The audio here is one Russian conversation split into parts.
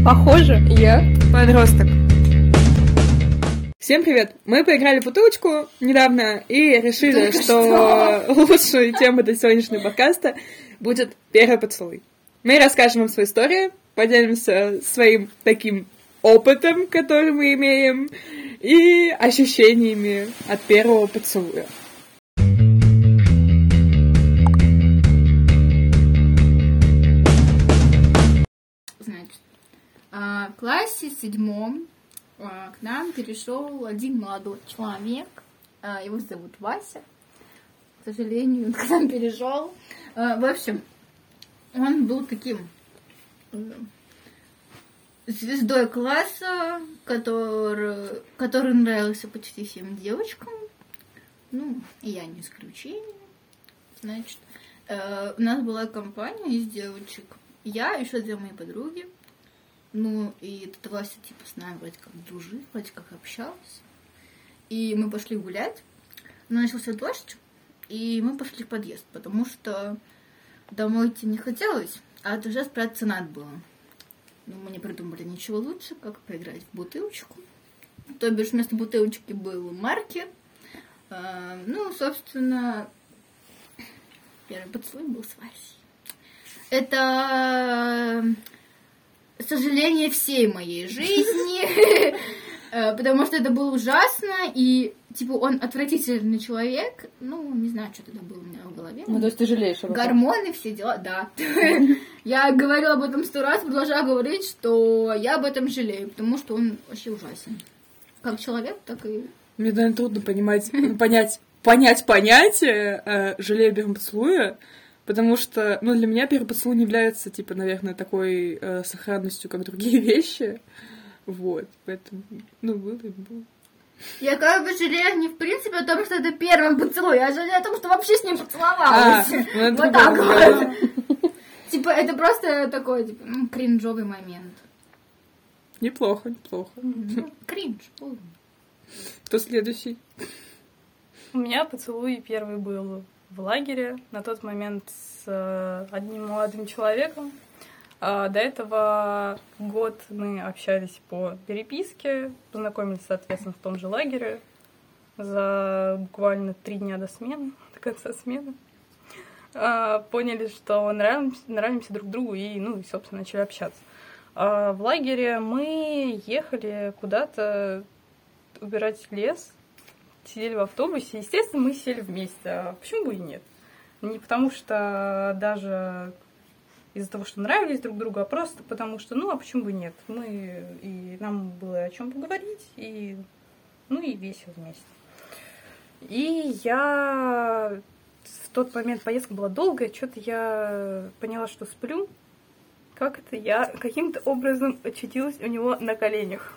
Похоже, я подросток. Всем привет! Мы поиграли в бутылочку недавно и решили, что лучшей темой для сегодняшнего подкаста будет первый поцелуй. Мы расскажем вам свою историю, поделимся своим таким опытом, который мы имеем, и ощущениями от первого поцелуя. Значит, в классе 7 к нам перешел один молодой человек. Его зовут Вася. К сожалению, к нам перешел. В общем, он был таким звездой класса, который нравился почти всем девочкам. Ну, и я не исключение. Значит, у нас была компания из девочек. Я, еще две мои подруги. Ну, и этот Вася, типа, с нами вроде как дружил, вроде как общался. И мы пошли гулять. Начался дождь, и мы пошли в подъезд, потому что домой идти не хотелось, а от уже спрятаться надо было. Ну, мы не придумали ничего лучше, как поиграть в бутылочку. То бишь, вместо бутылочки был маркер. Ну, собственно, первый поцелуй был с Васей. Это сожаление всей моей жизни, потому что это было ужасно, и, типа, он отвратительный человек, ну, не знаю, что тогда было у меня в голове. Ну, то есть ты жалеешь об этом? Гормоны, все дела, да. Я говорила об этом 100 раз, продолжаю говорить, что я об этом жалею, потому что он вообще ужасен. Как человек, так и... Мне, наверное, трудно понять понятие «жалею первого поцелуя», потому что, ну, для меня первый поцелуй не является, типа, наверное, такой сохранностью, как другие вещи. Вот, поэтому, ну, было и было. Я как бы жалею не в принципе о том, что это первый поцелуй, я жалею о том, что вообще с ним поцеловалась. Вот так вот. Типа, это просто такой, типа, кринжовый момент. Неплохо. Кринж. Кто следующий? У меня поцелуй первый был в лагере, на тот момент с одним молодым человеком. До этого год мы общались по переписке, познакомились, соответственно, в том же лагере за буквально 3 дня до конца смены. Поняли, что нравимся друг другу и, ну, собственно, начали общаться. В лагере мы ехали куда-то убирать лес, сидели в автобусе. Естественно, мы сели вместе. А почему бы и нет? Не потому что даже из-за того, что нравились друг другу, а просто потому что, ну, а почему бы и нет? Нам было о чем поговорить, и весело вместе. И я в тот момент, поездка была долгая, что-то я поняла, что сплю. Как это я каким-то образом очутилась у него на коленях.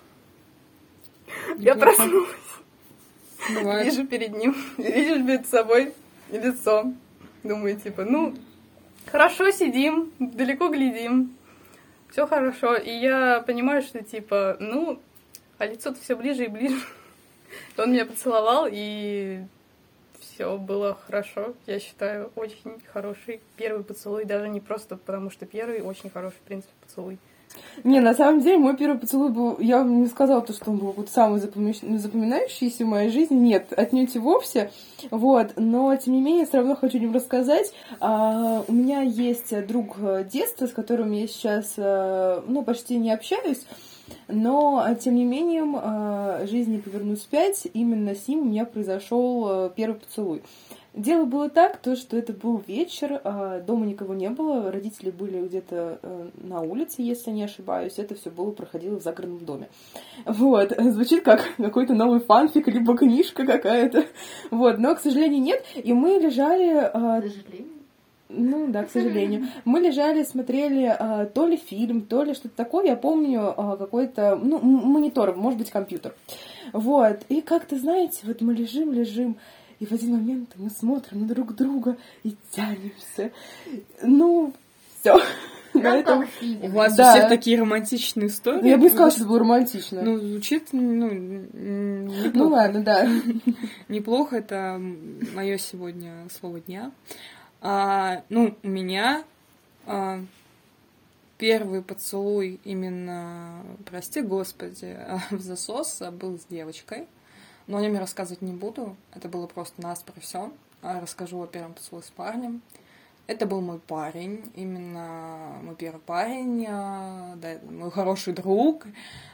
Я проснулась. Бывает. Вижу перед собой лицо. Думаю, типа, ну, хорошо сидим, далеко глядим, все хорошо. И я понимаю, что, типа, ну, а лицо-то все ближе и ближе. Он меня поцеловал, и все было хорошо. Я считаю, очень хороший первый поцелуй. Даже не просто потому, что первый, очень хороший, в принципе, поцелуй. Не, на самом деле, мой первый поцелуй был... Я вам не сказала, что он был вот самый запоминающийся в моей жизни. Нет, отнюдь и вовсе. Вот. Но, тем не менее, все равно хочу им рассказать. У меня есть друг детства, с которым я сейчас, почти не общаюсь. Но, тем не менее, жизни повернусь вспять. Именно с ним у меня произошел первый поцелуй. Дело было так, что это был вечер, дома никого не было, родители были где-то на улице, если не ошибаюсь, это все проходило в загородном доме. Вот, звучит как какой-то новый фанфик, либо книжка какая-то, вот, но, к сожалению, нет, и мы лежали... К сожалению? Ну да, к сожалению. Мы лежали, смотрели то ли фильм, то ли что-то такое, я помню какой-то, монитор, может быть, компьютер. Вот, и как-то, знаете, вот мы лежим, и в один момент мы смотрим на друг друга и тянемся. Ну, все. У вас у всех такие романтичные истории? Я бы не сказала, что это было романтично. Ну, звучит, неплохо. Ну, ладно, да. Неплохо, это мое сегодня слово дня. У меня первый поцелуй именно, прости господи, в засос был с девочкой. Но о нем я рассказывать не буду. Это было просто наспор и всё. Расскажу о первом поцелуе с парнем. Это был мой парень, именно мой первый парень, да, мой хороший друг.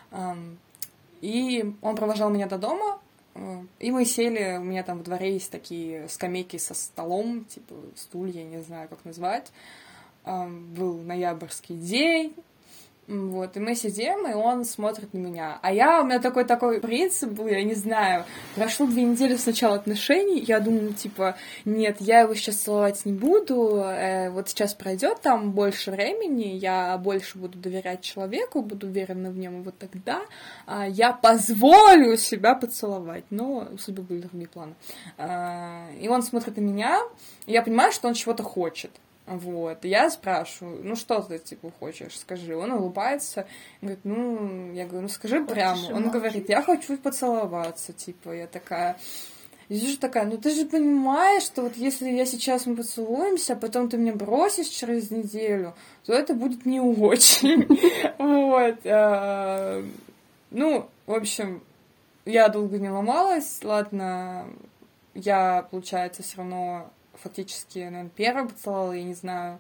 И он провожал меня до дома, и мы сели, у меня там во дворе есть такие скамейки со столом, типа стулья, не знаю, как назвать. Был ноябрьский день, вот, и мы сидим, и он смотрит на меня. У меня такой принцип был, я не знаю, прошло 2 недели с начала отношений, я думаю, типа, нет, я его сейчас целовать не буду, вот сейчас пройдет там больше времени, я больше буду доверять человеку, буду уверена в нем, и вот тогда я позволю себя поцеловать. Но у судьбы были другие планы. И он смотрит на меня, и я понимаю, что он чего-то хочет. Вот, и я спрашиваю, ну что ты, типа, хочешь, скажи. Он улыбается, говорит, я говорю, скажи прямо. Он говорит, я хочу поцеловаться, типа, я такая, вижу такая, ты же понимаешь, что вот если мы поцелуемся, а потом ты меня бросишь через неделю, то это будет не очень. Вот, в общем, я долго не ломалась, ладно, я, получается, все равно фактически, наверное, первый поцеловал, я не знаю.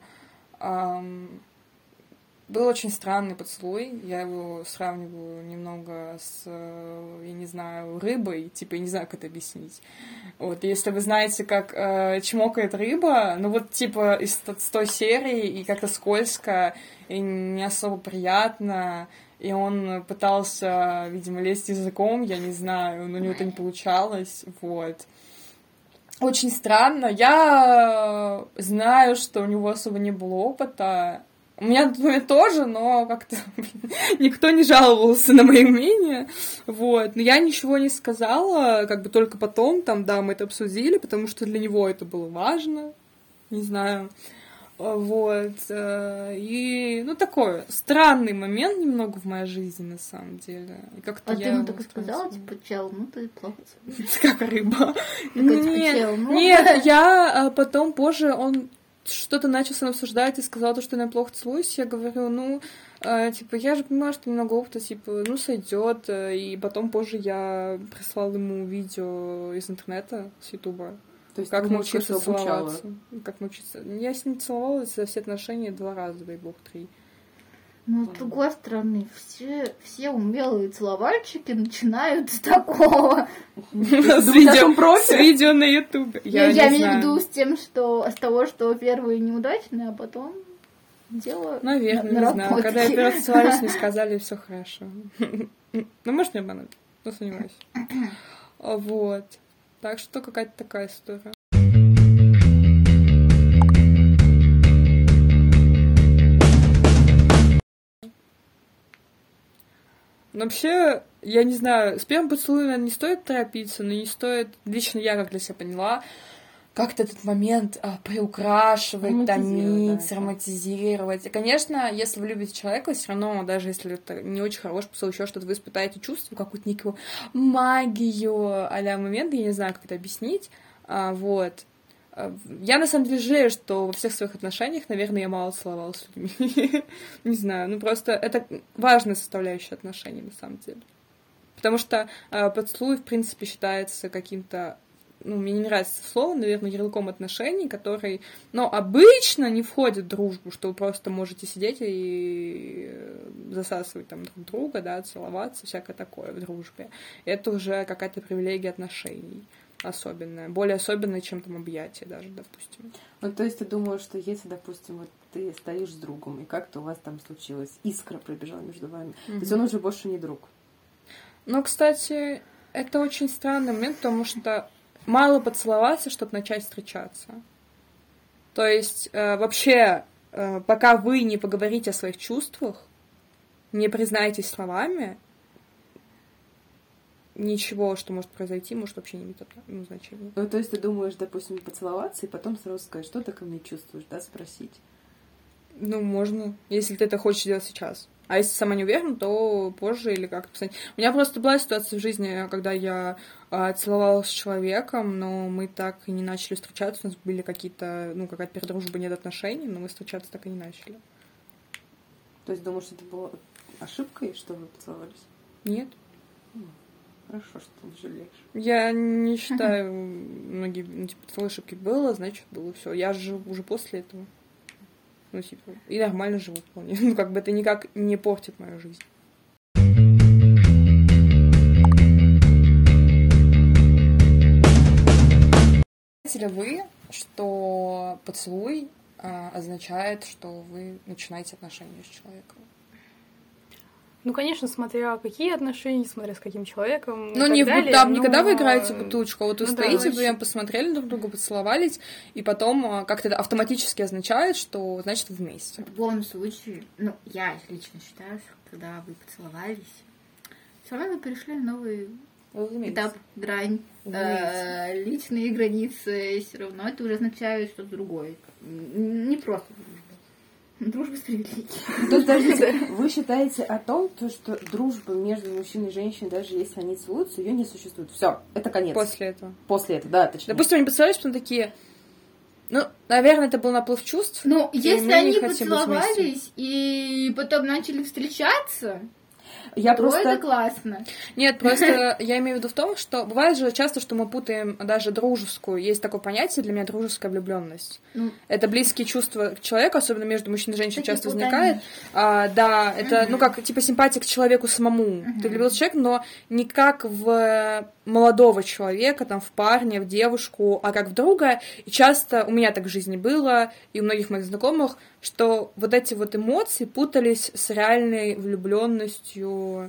Был очень странный поцелуй. Я его сравниваю немного с, я не знаю, рыбой. Типа, я не знаю, как это объяснить. Вот, если вы знаете, как чмокает рыба, типа, с той серии, и как-то скользко, и не особо приятно. И он пытался, видимо, лезть языком, я не знаю, но у него это не получалось. Вот. Очень странно. Я знаю, что у него особо не было опыта. У меня тоже, но как-то никто не жаловался на мои умения. Вот. Но я ничего не сказала, только потом, мы это обсудили, потому что для него это было важно. Не знаю. Вот. И, такой странный момент немного в моей жизни, на самом деле. И как-то ты ему так сказала, типа, чел, ты плохо целуешь. Как рыба. Нет, я потом позже, он что-то начал со мной обсуждать и сказал, что я плохо целуюсь. Я говорю, я же понимаю, что немного опыта, сойдет. И потом позже я прислала ему видео из интернета, с Ютуба. То есть как научиться целоваться. Как научиться. Я с ним целовалась за все отношения 2 раза, дай бог, 3. Но, с другой стороны, все умелые целовальщики начинают с такого. С видео на Ютубе. Я имею в виду с того, что первые неудачные, а потом дело. Наверное, не знаю. Когда я первый раз целовалась, мне сказали, все хорошо. Может, не обмануть, но сомневаюсь. Вот. Так что какая-то такая история. Но вообще, я не знаю, с первым поцелуем, наверное, не стоит торопиться, но не стоит, лично я как для себя поняла, как-то этот момент приукрашивать, томить, романтизировать. И, конечно, если вы любите человека, все равно, даже если это не очень хороший поцелуй, еще что-то, вы испытаете чувство, какую-то некую магию а-ля момент, я не знаю, как это объяснить. Вот. Я, на самом деле, жалею, что во всех своих отношениях, наверное, я мало целовалась с людьми. Не знаю, просто это важная составляющая отношений, на самом деле. Потому что поцелуй, в принципе, считается каким-то, мне не нравится слово, наверное, ярлыком отношений, который, обычно не входит в дружбу, что вы просто можете сидеть и засасывать друг друга, да, целоваться, всякое такое в дружбе. Это уже какая-то привилегия отношений. Особенная, более особенная, чем объятия даже, допустим. То есть ты думаешь, что если, допустим, ты стоишь с другом, и как-то у вас там случилось, искра пробежала между вами, то есть он уже больше не друг? Кстати, это очень странный момент, потому что мало поцеловаться, чтобы начать встречаться. То есть вообще, пока вы не поговорите о своих чувствах, не признаетесь словами, ничего, что может произойти, может вообще не иметь значения. То есть ты думаешь, допустим, поцеловаться, и потом сразу сказать, что ты ко мне чувствуешь, да, спросить? Можно, если ты это хочешь делать сейчас. А если сама не уверена, то позже или как-то писать. У меня просто была ситуация в жизни, когда я целовалась с человеком, но мы так и не начали встречаться. У нас были какие-то, какая-то передружба, нет отношений, но мы встречаться так и не начали. То есть думаешь, что это было ошибкой, что вы поцеловались? Нет. Хорошо, что ты не жалеешь. Я не считаю, многие, поцелуй ошибки было, значит, было все. Я же уже после этого. И нормально живу вполне. Это никак не портит мою жизнь. Знаете ли вы, что поцелуй означает, что вы начинаете отношения с человеком? Конечно, смотря какие отношения, смотря с каким человеком. Ну, не когда вы играете в бутылочку, а вот вы стоите, вдвоем посмотрели друг друга, поцеловались, и потом как-то это автоматически означает, что, значит, вы вместе. В любом случае, я лично считаю, что когда вы поцеловались, все равно вы перешли новый этап, грань, личные границы, все равно это уже означает что-то другое. Не просто дружба с привилегией. То есть, подождите, вы считаете о том, что дружба между мужчиной и женщиной, даже если они целуются, ее не существует. Все, это конец. После этого. После этого, да, точнее. Допустим, они поцеловались, потом такие... наверное, это был наплыв чувств. Если они поцеловались и потом начали встречаться... это классно. Нет, просто я имею в виду в том, что бывает же часто, что мы путаем даже дружескую. Есть такое понятие для меня дружеская влюбленность. Это близкие чувства к человеку, особенно между мужчиной и женщиной часто возникает. Да, это, симпатия к человеку самому. Ты любил человека, но не как в молодого человека, в парня, в девушку, а как в друга. И часто у меня так в жизни было, и у многих моих знакомых, что вот эти вот эмоции путались с реальной влюбленностью,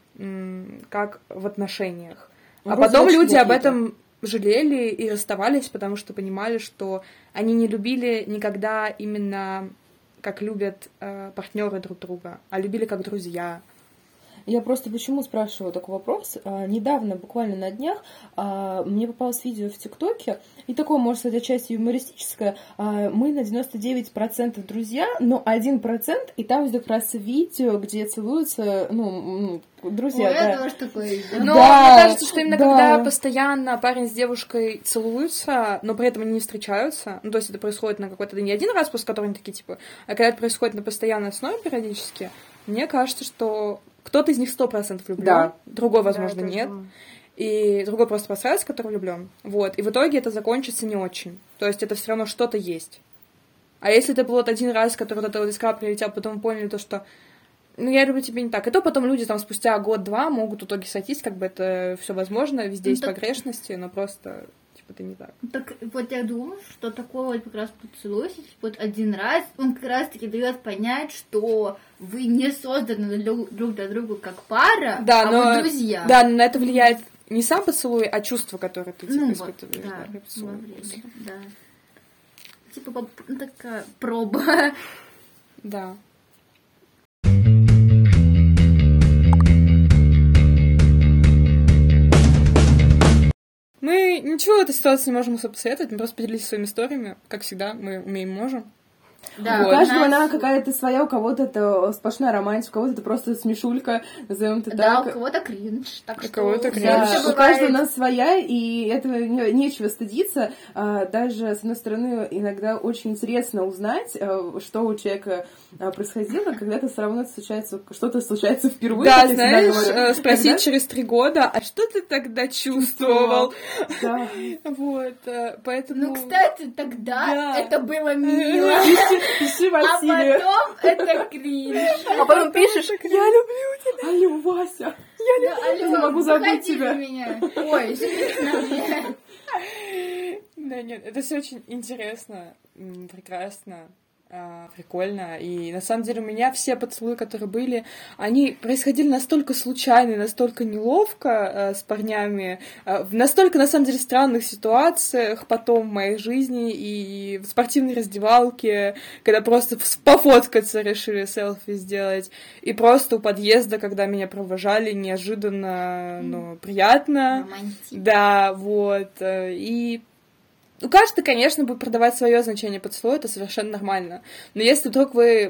как в отношениях. А потом люди об этом жалели и расставались, потому что понимали, что они не любили никогда именно как любят партнеры друг друга, а любили как друзья. Я просто почему спрашиваю такой вопрос? Недавно, буквально на днях, мне попалось видео в ТикТоке, и такое, можно сказать, отчасти юмористическое. Мы на 99% друзья, но 1%, и там как раз видео, где целуются, друзья. Я тоже такое видела. Но мне кажется, что именно когда постоянно парень с девушкой целуются, но при этом они не встречаются, то есть это происходит на какой-то не один раз, после которого они такие, а когда это происходит на постоянной основе периодически, мне кажется, что кто-то из них 100% влюблён, другой, возможно, нет. И другой просто посрается, который влюблён. Вот. И в итоге это закончится не очень. То есть это все равно что-то есть. А если это был один раз, который вот эта искра прилетел, потом поняли то, что я люблю тебя не так. И то потом люди спустя год-два могут в итоге сойтись, это все возможно, везде есть погрешности, но просто это не так. Так вот я думаю, что такой как раз поцелуй, один раз, он как раз-таки дает понять, что вы не созданы друг для друга как пара, вот друзья. Да, но на это влияет не сам поцелуй, а чувство, которое ты испытываешь. Такая проба. Да. Мы ничего в этой ситуации не можем особо посоветовать, мы просто поделились своими историями, как всегда, мы умеем, можем. Да, у каждого она какая-то своя, у кого-то это сплошная романтика, у кого-то это просто смешулька, назовем это так. Да, у кого-то кринж. У кого-то кринж. Да, у каждого у нас своя, и этого нечего стыдиться. Даже, с одной стороны, иногда очень интересно узнать, что у человека происходило, когда это все равно что-то случается впервые. Да, знаешь, спросить через 3 года, а что ты тогда чувствовал? Да. Вот, поэтому... кстати, тогда это было мило. Пиши Василию. А потом это кринж. А потом пишешь, я люблю тебя. Алло, Вася. Я не могу забыть тебя. Меня. Ой, на меня. Да нет, это все очень интересно, прекрасно. Прикольно. И на самом деле у меня все поцелуи, которые были, они происходили настолько случайно, настолько неловко с парнями, в настолько, на самом деле, странных ситуациях потом в моей жизни и в спортивной раздевалке, когда просто пофоткаться решили, селфи сделать, и просто у подъезда, когда меня провожали, неожиданно, приятно. Романтично. Да, вот. И каждый, конечно, будет продавать свое значение поцелуя, это совершенно нормально. Но если вдруг вы,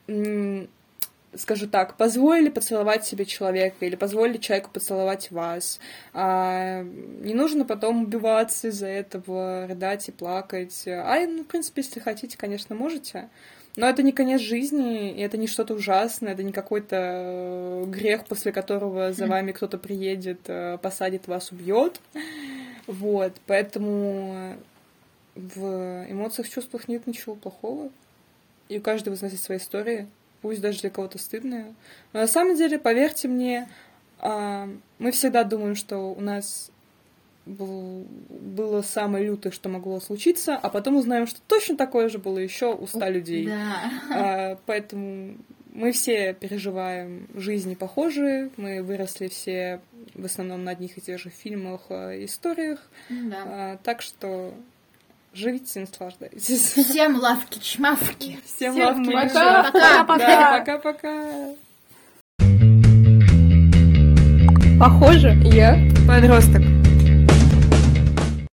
скажу так, позволили поцеловать себе человека или позволили человеку поцеловать вас, не нужно потом убиваться из-за этого, рыдать и плакать. В принципе, если хотите, конечно, можете. Но это не конец жизни, и это не что-то ужасное, это не какой-то грех, после которого за вами кто-то приедет, посадит вас, убьет. Вот, поэтому в эмоциях, чувствах нет ничего плохого. И у каждого из нас есть свои истории, пусть даже для кого-то стыдные. Но на самом деле, поверьте мне, мы всегда думаем, что у нас было самое лютое, что могло случиться, а потом узнаем, что точно такое же было еще у 100 людей. Да. Поэтому мы все переживаем жизни похожие, мы выросли все в основном на одних и тех же фильмах, историях. Да. Так что живите, наслаждайтесь. Всем лавки-чмавки. Всем Всем лавки. пока. Да, пока-пока. Похоже, Подросток.